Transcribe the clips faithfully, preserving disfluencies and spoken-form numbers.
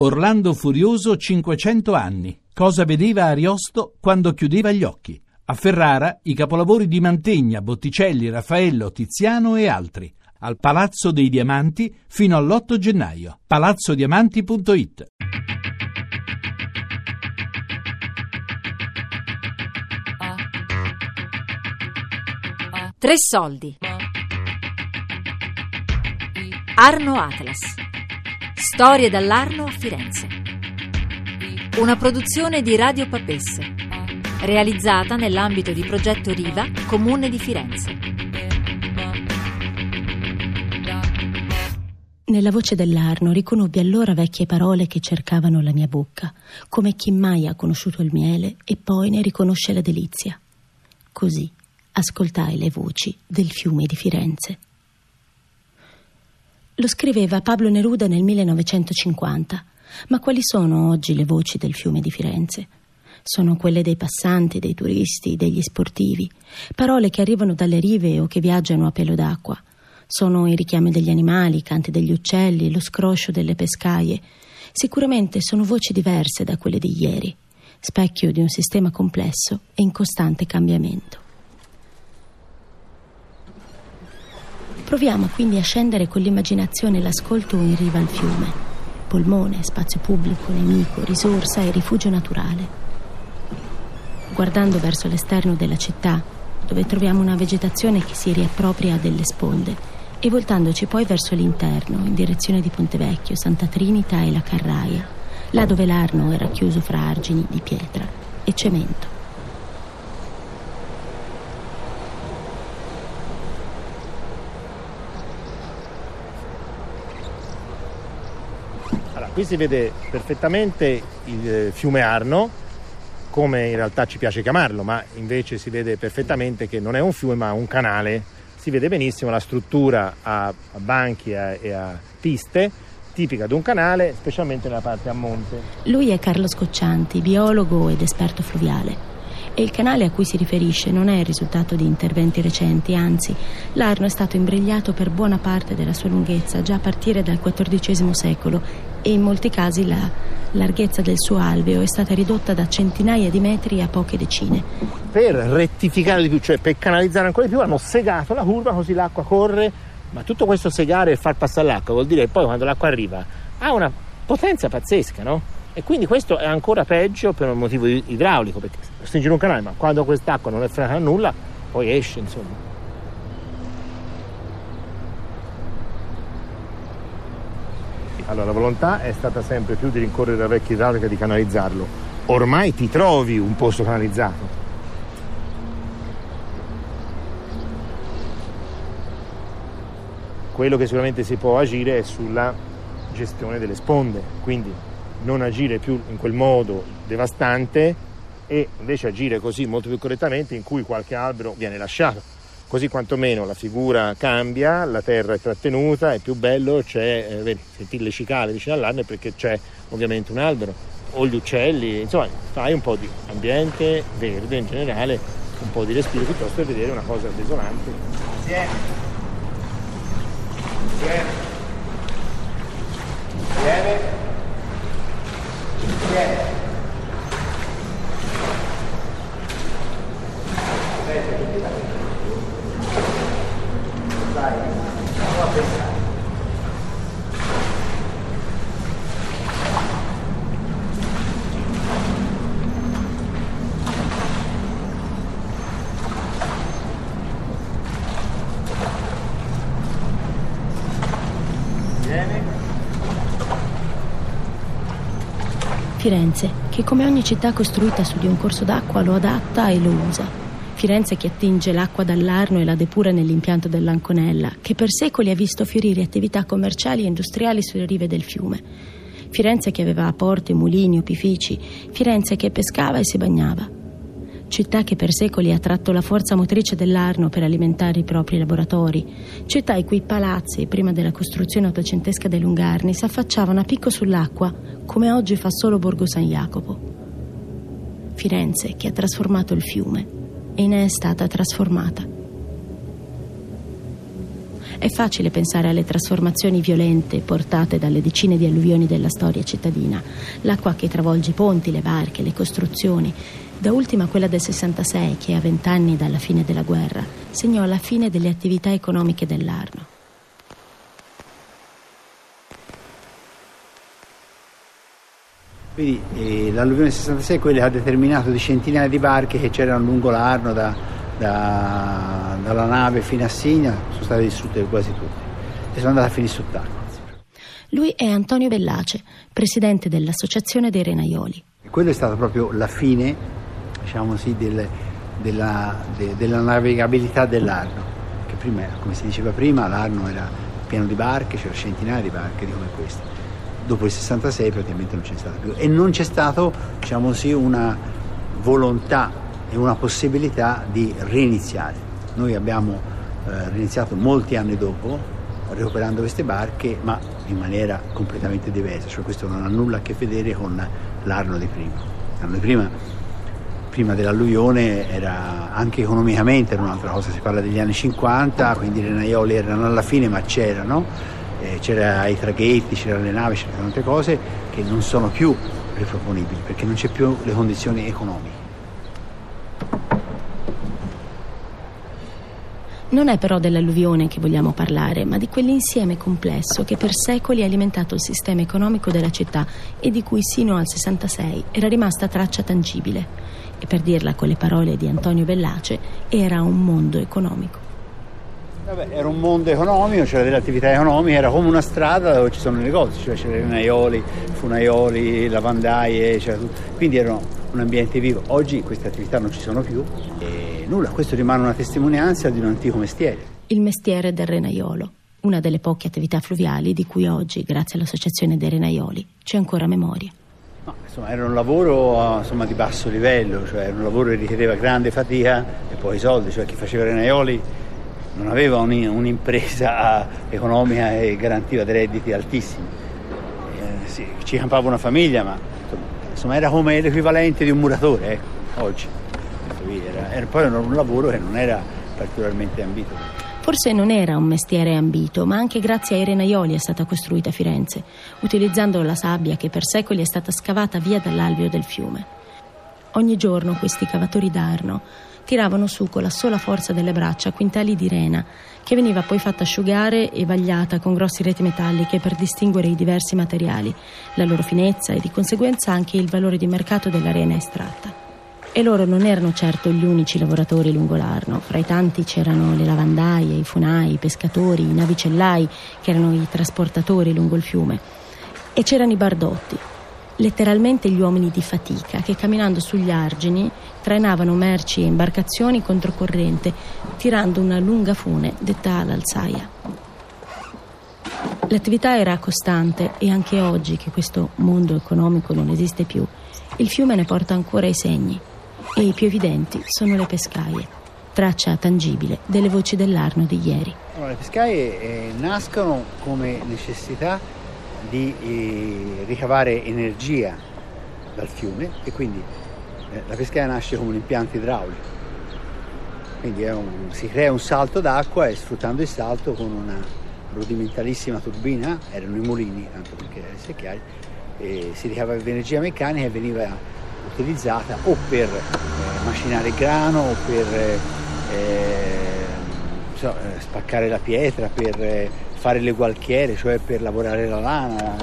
Orlando Furioso cinquecento anni. Cosa vedeva Ariosto quando chiudeva gli occhi? A Ferrara i capolavori di Mantegna, Botticelli, Raffaello, Tiziano e altri. Al Palazzo dei Diamanti fino all'otto gennaio. palazzo diamanti punto it. Tre soldi. Arno Atlas. Storie dall'Arno a Firenze. Una produzione di Radio Papesse, realizzata nell'ambito di progetto Riva, Comune di Firenze. Nella voce dell'Arno riconobbi allora vecchie parole che cercavano la mia bocca, come chi mai ha conosciuto il miele e poi ne riconosce la delizia. Così ascoltai le voci del fiume di Firenze. Lo scriveva Pablo Neruda nel millenovecentocinquanta, ma quali sono oggi le voci del fiume di Firenze? Sono quelle dei passanti, dei turisti, degli sportivi, parole che arrivano dalle rive o che viaggiano a pelo d'acqua. Sono i richiami degli animali, i canti degli uccelli, lo scroscio delle pescaie. Sicuramente sono voci diverse da quelle di ieri, specchio di un sistema complesso e in costante cambiamento. Proviamo quindi a scendere con l'immaginazione e l'ascolto in riva al fiume, polmone, spazio pubblico, nemico, risorsa e rifugio naturale. Guardando verso l'esterno della città, dove troviamo una vegetazione che si riappropria delle sponde, e voltandoci poi verso l'interno, in direzione di Pontevecchio, Santa Trinita e la Carraia, là dove l'Arno era chiuso fra argini di pietra e cemento. Qui si vede perfettamente il fiume Arno, come in realtà ci piace chiamarlo, ma invece si vede perfettamente che non è un fiume ma un canale. Si vede benissimo la struttura a, a banchi a, e a piste, tipica di un canale, specialmente nella parte a monte. Lui è Carlo Scoccianti, biologo ed esperto fluviale. E il canale a cui si riferisce non è il risultato di interventi recenti, anzi, l'Arno è stato imbrigliato per buona parte della sua lunghezza già a partire dal quattordicesimo secolo e in molti casi la larghezza del suo alveo è stata ridotta da centinaia di metri a poche decine. Per rettificare di più, cioè per canalizzare ancora di più, hanno segato la curva così l'acqua corre, ma tutto questo segare e far passare l'acqua vuol dire che poi quando l'acqua arriva ha una potenza pazzesca, no? E quindi questo è ancora peggio per un motivo idraulico, perché stringere un canale, ma quando quest'acqua non è frenata a nulla, poi esce, insomma. Allora, la volontà è stata sempre più di rincorrere la vecchia idraulica e di canalizzarlo. Ormai ti trovi un posto canalizzato. Quello che sicuramente si può agire è sulla gestione delle sponde, quindi non agire più in quel modo devastante e invece agire così molto più correttamente, in cui qualche albero viene lasciato, così quantomeno la figura cambia, la terra è trattenuta, è più bello, c'è, eh, vedi, sentire le cicale vicino all'Arno perché c'è ovviamente un albero, o gli uccelli, insomma fai un po' di ambiente verde in generale, un po' di respiro, piuttosto che vedere una cosa desolante. Insieme. Insieme. Insieme. Yeah. Dai, andiamo a pensare. Vieni. Firenze, che come ogni città costruita su di un corso d'acqua lo adatta e lo usa. Firenze che attinge l'acqua dall'Arno e la depura nell'impianto dell'Anconella, che per secoli ha visto fiorire attività commerciali e industriali sulle rive del fiume. Firenze che aveva porti, mulini, opifici. Firenze che pescava e si bagnava. Città che per secoli ha tratto la forza motrice dell'Arno per alimentare i propri laboratori. Città i cui palazzi, prima della costruzione ottocentesca dei Lungarni, si affacciavano a picco sull'acqua, come oggi fa solo Borgo San Jacopo. Firenze che ha trasformato il fiume e ne è stata trasformata. È facile pensare alle trasformazioni violente portate dalle decine di alluvioni della storia cittadina, l'acqua che travolge i ponti, le barche, le costruzioni. Da ultima quella del sessantasei, che a vent'anni dalla fine della guerra segnò la fine delle attività economiche dell'Arno. Quindi eh, l'alluvione del sessantasei è quella che ha determinato di centinaia di barche che c'erano lungo l'Arno, da, da, dalla nave fino a Signa, sono state distrutte quasi tutte e sono andate a finire sott'acqua. Lui è Antonio Bellace, presidente dell'Associazione dei Renaioli. E quello è stata proprio la fine, diciamo così, del, della, de, della navigabilità dell'Arno, che prima, come si diceva prima, l'Arno era pieno di barche, c'era centinaia di barche di come queste. Dopo il sessantasei praticamente non c'è stato più e non c'è stato, diciamo così, una volontà e una possibilità di reiniziare. Noi abbiamo eh, reiniziato molti anni dopo, recuperando queste barche, ma in maniera completamente diversa, cioè questo non ha nulla a che vedere con l'Arno di prima. L'Arno di prima, prima dell'alluvione, era anche economicamente era un'altra cosa, si parla degli anni cinquanta, quindi i Renaioli erano alla fine, ma c'erano. Eh, c'era i traghetti, c'erano le navi, c'erano tante cose che non sono più riproponibili perché non c'è più le condizioni economiche. Non è però dell'alluvione che vogliamo parlare, ma di quell'insieme complesso che per secoli ha alimentato il sistema economico della città e di cui sino al sessantasei era rimasta traccia tangibile. E per dirla con le parole di Antonio Bellace, era un mondo economico. Vabbè, era un mondo economico, c'era delle attività economiche, era come una strada dove ci sono i negozi, cioè c'erano i renaioli, funaioli, lavandaie, c'era tutto. Quindi era un ambiente vivo. Oggi queste attività non ci sono più e nulla, questo rimane una testimonianza di un antico mestiere. Il mestiere del renaiolo, una delle poche attività fluviali di cui oggi, grazie all'Associazione dei Renaioli, c'è ancora memoria. No, insomma, era un lavoro insomma, di basso livello, cioè era un lavoro che richiedeva grande fatica e poi soldi, cioè chi faceva renaioli non aveva un'impresa economica e garantiva dei redditi altissimi. Eh, sì, ci campava una famiglia, ma insomma era come l'equivalente di un muratore, ecco, oggi. Era, era poi un lavoro che non era particolarmente ambito. Forse non era un mestiere ambito, ma anche grazie ai Renaioli è stata costruita Firenze, utilizzando la sabbia che per secoli è stata scavata via dall'alveo del fiume. Ogni giorno questi cavatori d'Arno tiravano su con la sola forza delle braccia quintali di rena, che veniva poi fatta asciugare e vagliata con grossi reti metalliche per distinguere i diversi materiali, la loro finezza e di conseguenza anche il valore di mercato della rena estratta. E loro non erano certo gli unici lavoratori lungo l'Arno. Fra i tanti c'erano le lavandaie, i funai, i pescatori, i navicellai, che erano i trasportatori lungo il fiume. E c'erano i bardotti, letteralmente gli uomini di fatica che camminando sugli argini trainavano merci e imbarcazioni controcorrente, tirando una lunga fune detta l'alzaia. L'attività era costante e anche oggi, che questo mondo economico non esiste più, il fiume ne porta ancora i segni e i più evidenti sono le pescaie, traccia tangibile delle voci dell'Arno di ieri. Allora, le pescaie eh, nascono come necessità di eh, ricavare energia dal fiume e quindi eh, la pescaia nasce come un impianto idraulico, quindi è un, si crea un salto d'acqua e sfruttando il salto con una rudimentalissima turbina, erano i mulini tanto perché essere chiari, e si ricavava energia meccanica e veniva utilizzata o per eh, macinare il grano o per eh, so, spaccare la pietra, per eh, fare le gualchiere, cioè per lavorare la lana.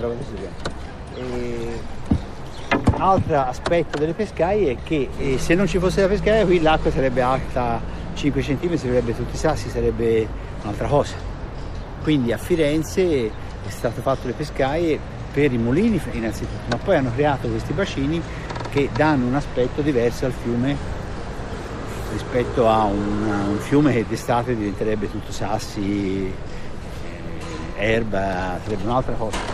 E altro aspetto delle pescaie è che eh, se non ci fosse la pescaia qui l'acqua sarebbe alta cinque centimetri, sarebbe tutti i sassi, sarebbe un'altra cosa. Quindi a Firenze è stato fatto le pescaie per i mulini innanzitutto, ma poi hanno creato questi bacini che danno un aspetto diverso al fiume rispetto a un, a un fiume che d'estate diventerebbe tutto sassi, eh, erba, sarebbe un'altra cosa.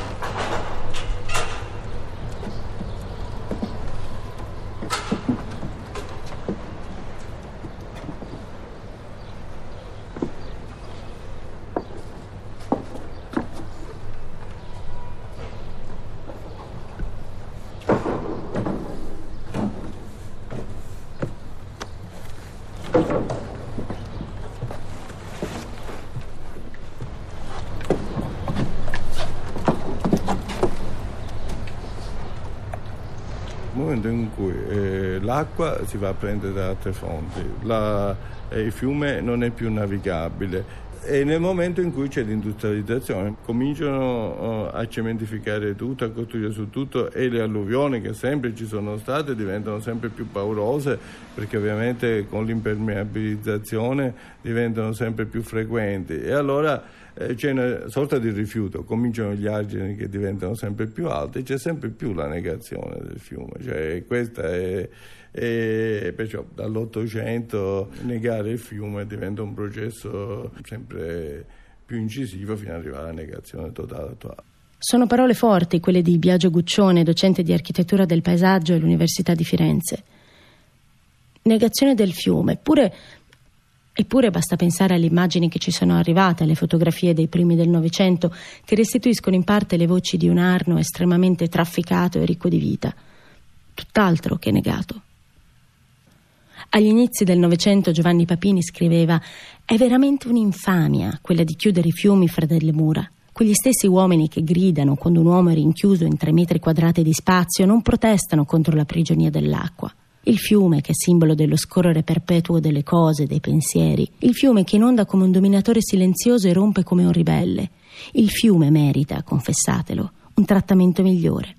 momento in cui eh, l'acqua si va a prendere da altre fonti, la, eh, il fiume non è più navigabile, e nel momento in cui c'è l'industrializzazione cominciano uh, a cementificare tutto, a costruire su tutto, e le alluvioni che sempre ci sono state diventano sempre più paurose, perché ovviamente con l'impermeabilizzazione diventano sempre più frequenti, e allora eh, c'è una sorta di rifiuto, cominciano gli argini che diventano sempre più alti, c'è sempre più la negazione del fiume, cioè questa è e perciò dall'Ottocento negare il fiume diventa un processo sempre più incisivo fino ad arrivare alla negazione totale attuale. Sono parole forti quelle di Biagio Guccione, docente di architettura del paesaggio all'Università di Firenze. Negazione del fiume, eppure, eppure basta pensare alle immagini che ci sono arrivate, alle fotografie dei primi del Novecento, che restituiscono in parte le voci di un Arno estremamente trafficato e ricco di vita. Tutt'altro che negato. Agli inizi del Novecento Giovanni Papini scriveva: «È veramente un'infamia quella di chiudere i fiumi fra delle mura. Quegli stessi uomini che gridano quando un uomo è rinchiuso in tre metri quadrati di spazio non protestano contro la prigionia dell'acqua. Il fiume, che è simbolo dello scorrere perpetuo delle cose, dei pensieri. Il fiume che inonda come un dominatore silenzioso e rompe come un ribelle. Il fiume merita, confessatelo, un trattamento migliore».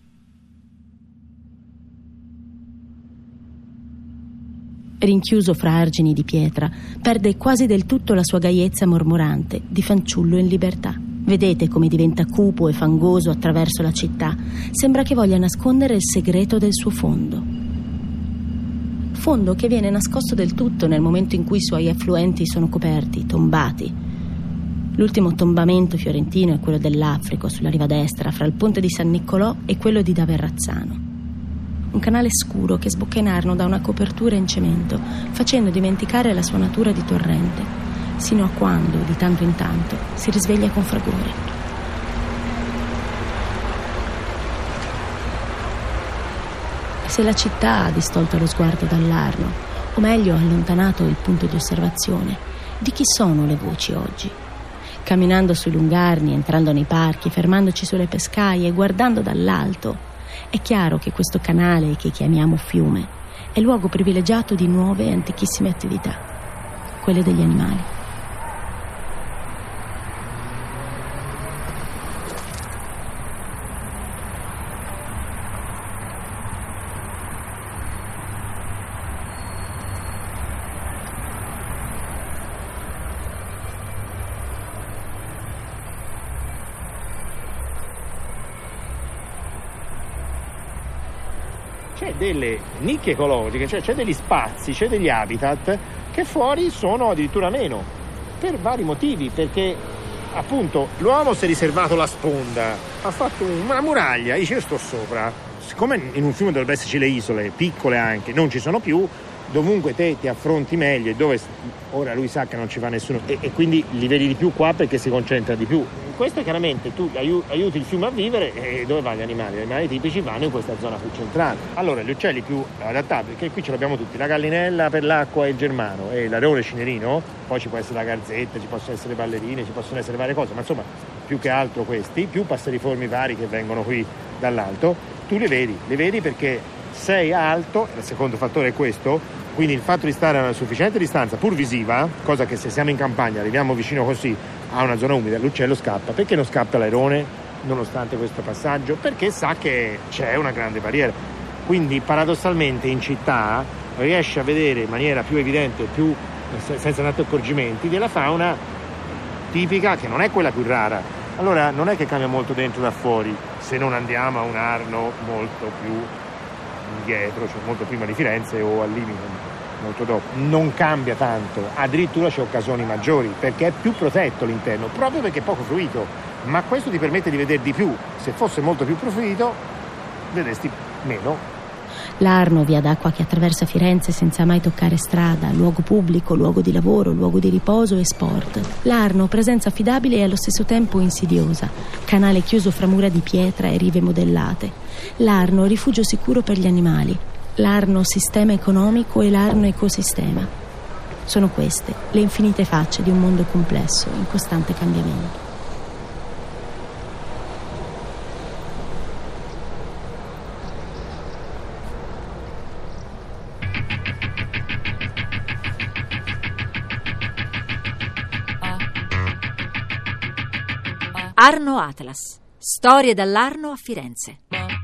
Rinchiuso fra argini di pietra, perde quasi del tutto la sua gaiezza mormorante di fanciullo in libertà. Vedete come diventa cupo e fangoso attraverso la città. Sembra che voglia nascondere il segreto del suo fondo. Fondo che viene nascosto del tutto nel momento in cui i suoi affluenti sono coperti, tombati. L'ultimo tombamento fiorentino è quello dell'Affrico, sulla riva destra, fra il ponte di San Niccolò e quello di Daverrazzano. Un canale scuro che sbocca in Arno da una copertura in cemento, facendo dimenticare la sua natura di torrente, sino a quando, di tanto in tanto, si risveglia con fragore. Se la città ha distolto lo sguardo dall'Arno, o meglio ha allontanato il punto di osservazione, di chi sono le voci oggi? Camminando sui lungarni, entrando nei parchi, fermandoci sulle pescaie, guardando dall'alto, è chiaro che questo canale che chiamiamo fiume è luogo privilegiato di nuove e antichissime attività, quelle degli animali. C'è delle nicchie ecologiche, cioè c'è degli spazi, c'è degli habitat che fuori sono addirittura meno, per vari motivi, perché appunto l'uomo si è riservato la sponda, ha fatto una muraglia, dice io sto sopra, siccome in un fiume dovrebbe esserci le isole, piccole anche, non ci sono più, dovunque te ti affronti meglio, e dove ora lui sa che non ci va nessuno, e, e quindi li vedi di più qua perché si concentra di più. Questo chiaramente tu aiuti il fiume a vivere, e dove vanno gli animali? Gli animali tipici vanno in questa zona più centrale. Allora gli uccelli più adattabili, che qui ce l'abbiamo tutti, la gallinella per l'acqua e il germano, e l'areole cinerino, poi ci può essere la garzetta, ci possono essere ballerine, ci possono essere varie cose, ma insomma più che altro questi, più passeriformi vari che vengono qui dall'alto, tu li vedi, li vedi perché sei alto, il secondo fattore è questo, quindi il fatto di stare a una sufficiente distanza, pur visiva, cosa che se siamo in campagna arriviamo vicino così a una zona umida, l'uccello scappa. Perché non scappa l'airone nonostante questo passaggio? Perché sa che c'è una grande barriera. Quindi paradossalmente in città riesce a vedere in maniera più evidente, più senza tanti accorgimenti, della fauna tipica che non è quella più rara. Allora non è che cambia molto dentro da fuori, se non andiamo a un Arno molto più indietro, cioè molto prima di Firenze o al limite molto dopo. Non cambia tanto, addirittura c'è occasioni maggiori perché è più protetto l'interno, proprio perché è poco fruito, ma questo ti permette di vedere di più. Se fosse molto più fruito vedresti meno. L'Arno, via d'acqua che attraversa Firenze senza mai toccare strada, luogo pubblico, luogo di lavoro, luogo di riposo e sport. L'Arno, presenza affidabile e allo stesso tempo insidiosa, canale chiuso fra mura di pietra e rive modellate. L'Arno, rifugio sicuro per gli animali. L'Arno, sistema economico, e l'Arno, ecosistema. Sono queste le infinite facce di un mondo complesso, in costante cambiamento. Arno Atlas. Storie dall'Arno a Firenze.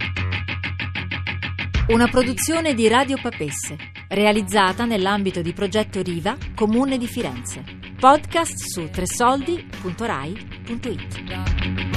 Una produzione di Radio Papesse, realizzata nell'ambito di progetto Riva, Comune di Firenze. Podcast su tresoldi punto rai punto it.